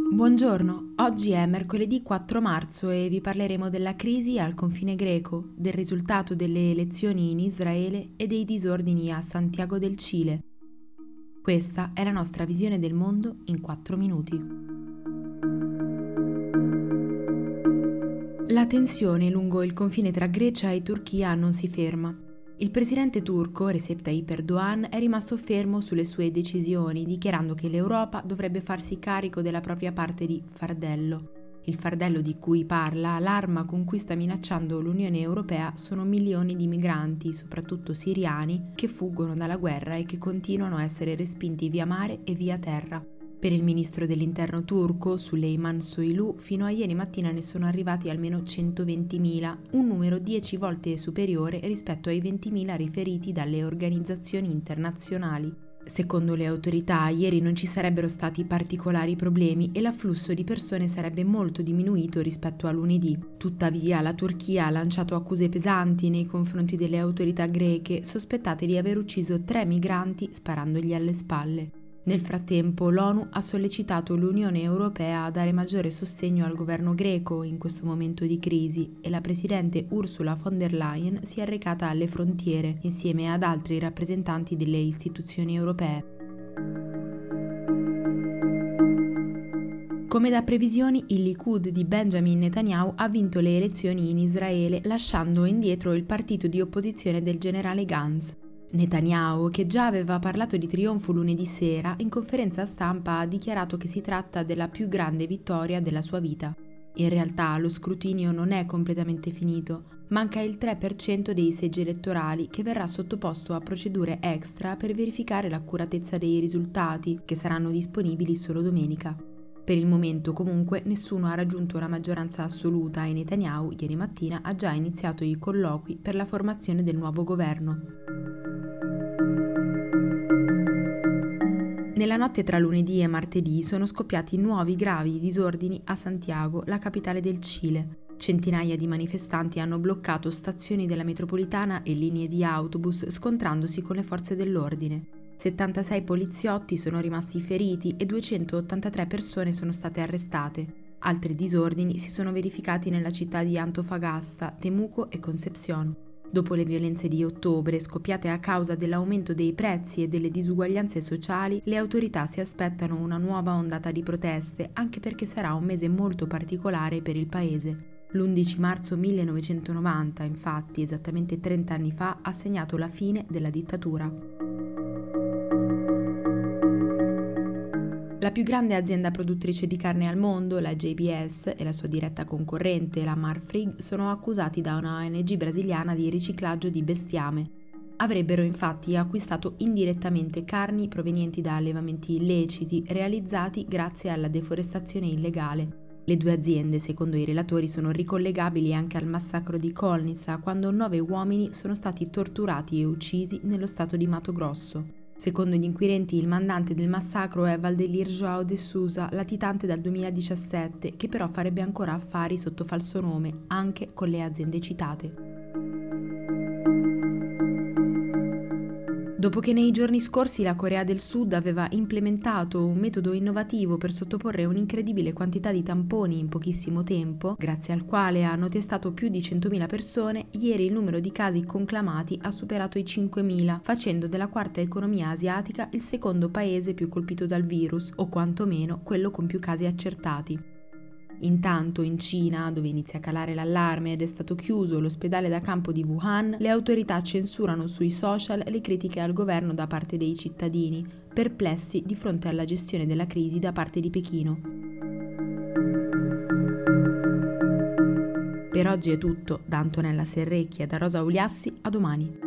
Buongiorno, oggi è mercoledì 4 marzo e vi parleremo della crisi al confine greco, del risultato delle elezioni in Israele e dei disordini a Santiago del Cile. Questa è la nostra visione del mondo in 4 minuti. La tensione lungo il confine tra Grecia e Turchia non si ferma. Il presidente turco Recep Tayyip Erdogan è rimasto fermo sulle sue decisioni, dichiarando che l'Europa dovrebbe farsi carico della propria parte di fardello. Il fardello di cui parla, l'arma con cui sta minacciando l'Unione Europea, sono milioni di migranti, soprattutto siriani, che fuggono dalla guerra e che continuano a essere respinti via mare e via terra. Per il ministro dell'interno turco, Süleyman Soylu, fino a ieri mattina ne sono arrivati almeno 120.000, un numero 10 volte superiore rispetto ai 20.000 riferiti dalle organizzazioni internazionali. Secondo le autorità, ieri non ci sarebbero stati particolari problemi e l'afflusso di persone sarebbe molto diminuito rispetto a lunedì. Tuttavia, la Turchia ha lanciato accuse pesanti nei confronti delle autorità greche, sospettate di aver ucciso 3 migranti sparandogli alle spalle. Nel frattempo, l'ONU ha sollecitato l'Unione Europea a dare maggiore sostegno al governo greco in questo momento di crisi e la presidente Ursula von der Leyen si è recata alle frontiere insieme ad altri rappresentanti delle istituzioni europee. Come da previsioni, il Likud di Benjamin Netanyahu ha vinto le elezioni in Israele, lasciando indietro il partito di opposizione del generale Gantz. Netanyahu, che già aveva parlato di trionfo lunedì sera, in conferenza stampa ha dichiarato che si tratta della più grande vittoria della sua vita. In realtà lo scrutinio non è completamente finito, manca il 3% dei seggi elettorali che verrà sottoposto a procedure extra per verificare l'accuratezza dei risultati, che saranno disponibili solo domenica. Per il momento comunque nessuno ha raggiunto la maggioranza assoluta e Netanyahu ieri mattina ha già iniziato i colloqui per la formazione del nuovo governo. Nella notte tra lunedì e martedì sono scoppiati nuovi gravi disordini a Santiago, la capitale del Cile. Centinaia di manifestanti hanno bloccato stazioni della metropolitana e linee di autobus scontrandosi con le forze dell'ordine. 76 poliziotti sono rimasti feriti e 283 persone sono state arrestate. Altri disordini si sono verificati nella città di Antofagasta, Temuco e Concepción. Dopo le violenze di ottobre, scoppiate a causa dell'aumento dei prezzi e delle disuguaglianze sociali, le autorità si aspettano una nuova ondata di proteste, anche perché sarà un mese molto particolare per il paese. L'11 marzo 1990, infatti, esattamente 30 anni fa, ha segnato la fine della dittatura. La più grande azienda produttrice di carne al mondo, la JBS, e la sua diretta concorrente, la Marfrig, sono accusati da una ONG brasiliana di riciclaggio di bestiame. Avrebbero infatti acquistato indirettamente carni provenienti da allevamenti illeciti realizzati grazie alla deforestazione illegale. Le due aziende, secondo i relatori, sono ricollegabili anche al massacro di Kolnica, quando 9 uomini sono stati torturati e uccisi nello stato di Mato Grosso. Secondo gli inquirenti, il mandante del massacro è Valdelir João de Souza, latitante dal 2017, che però farebbe ancora affari sotto falso nome, anche con le aziende citate. Dopo che nei giorni scorsi la Corea del Sud aveva implementato un metodo innovativo per sottoporre un'incredibile quantità di tamponi in pochissimo tempo, grazie al quale hanno testato più di 100.000 persone, ieri il numero di casi conclamati ha superato i 5.000, facendo della quarta economia asiatica il secondo paese più colpito dal virus, o quantomeno quello con più casi accertati. Intanto in Cina, dove inizia a calare l'allarme ed è stato chiuso l'ospedale da campo di Wuhan, le autorità censurano sui social le critiche al governo da parte dei cittadini, perplessi di fronte alla gestione della crisi da parte di Pechino. Per oggi è tutto, da Antonella Serrecchia e da Rosa Uliassi, a domani.